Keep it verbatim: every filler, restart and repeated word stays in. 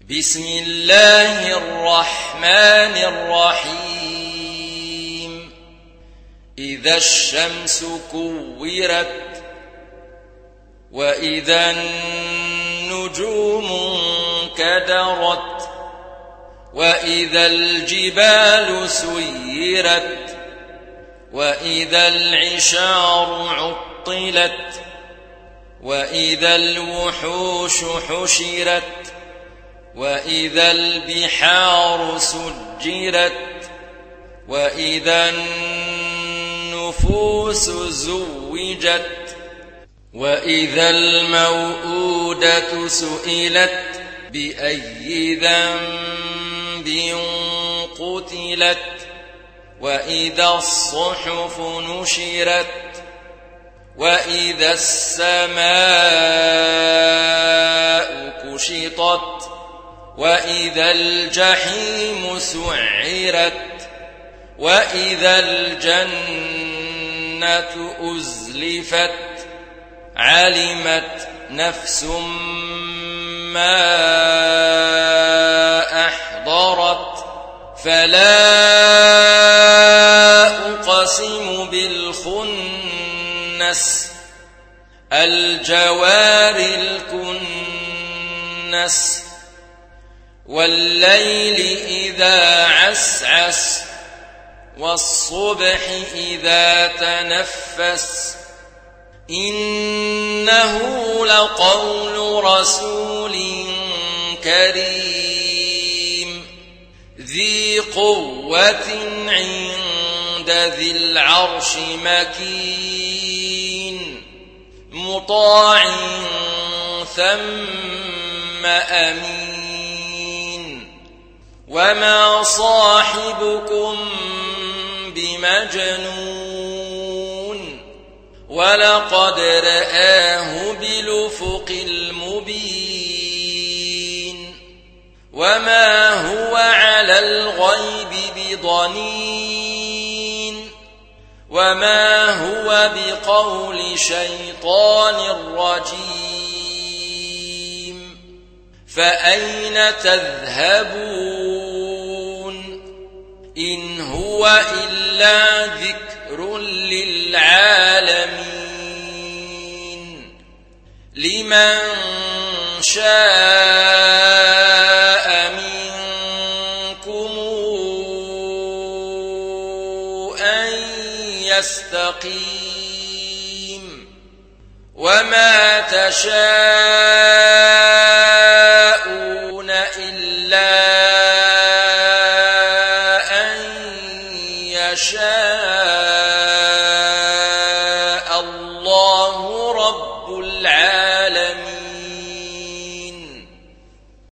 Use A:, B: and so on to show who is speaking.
A: بسم الله الرحمن الرحيم إذا الشمس كورت وإذا النجوم انكدرت وإذا الجبال سيرت وإذا العشار عطلت وإذا الوحوش حشرت وإذا البحار سجرت وإذا النفوس زوجت وإذا الموءودة سئلت بأي ذنب قتلت وإذا الصحف نشرت وإذا السماء كشطت وإذا الجحيم سعرت وإذا الجنة أزلفت علمت نفس ما أحضرت فلا أقسم بالخنس الجوار الكنس والليل إذا عسعس والصبح إذا تنفس إنه لقول رسول كريم ذي قوة عند ذي العرش مكين مطاع ثم أمين وما صاحبكم بمجنون ولقد رآه بالأفق المبين وما هو على الغيب بضنين وما هو بقول شيطان رجيم فأين تذهبون إن هو إلا ذكر للعالمين لمن شاء منكم أن يستقيم وما تشاءون إلا أن يشاء الله رب العالمين.